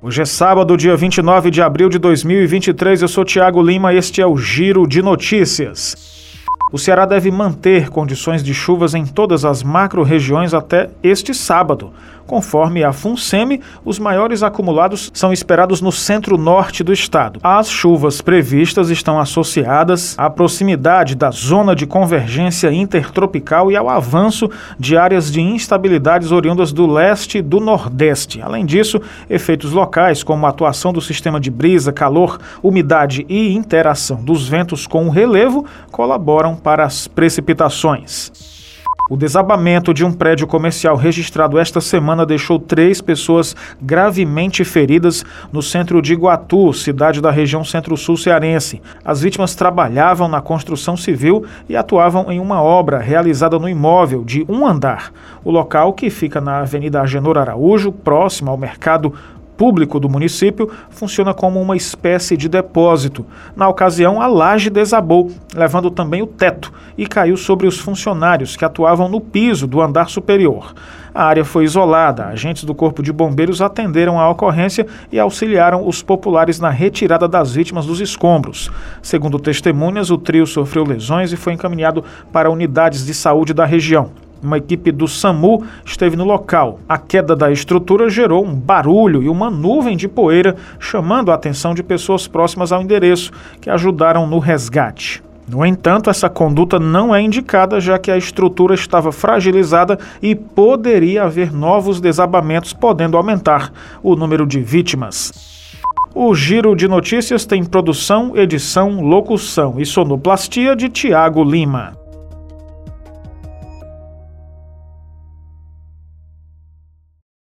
Hoje é sábado, dia 29 de abril de 2023. Eu sou Thiago Lima, este é o Giro de Notícias. O Ceará deve manter condições de chuvas em todas as macro-regiões até este sábado. Conforme a FUNSEMI, os maiores acumulados são esperados no centro-norte do estado. As chuvas previstas estão associadas à proximidade da zona de convergência intertropical e ao avanço de áreas de instabilidades oriundas do leste e do nordeste. Além disso, efeitos locais como a atuação do sistema de brisa, calor, umidade e interação dos ventos com o relevo colaboram para as precipitações. O desabamento de um prédio comercial registrado esta semana deixou 3 pessoas gravemente feridas no centro de Iguatu, cidade da região centro-sul cearense. As vítimas trabalhavam na construção civil e atuavam em uma obra realizada no imóvel de um andar. O local, que fica na Avenida Agenor Araújo, próximo ao mercado público do município, funciona como uma espécie de depósito. Na ocasião, a laje desabou, levando também o teto, e caiu sobre os funcionários que atuavam no piso do andar superior. A área foi isolada, agentes do Corpo de Bombeiros atenderam a ocorrência e auxiliaram os populares na retirada das vítimas dos escombros. Segundo testemunhas, o trio sofreu lesões e foi encaminhado para unidades de saúde da região. Uma equipe do SAMU esteve no local. A queda da estrutura gerou um barulho e uma nuvem de poeira, chamando a atenção de pessoas próximas ao endereço, que ajudaram no resgate. No entanto, essa conduta não é indicada, já que a estrutura estava fragilizada e poderia haver novos desabamentos, podendo aumentar o número de vítimas. O Giro de Notícias tem produção, edição, locução e sonoplastia de Thiago Lima.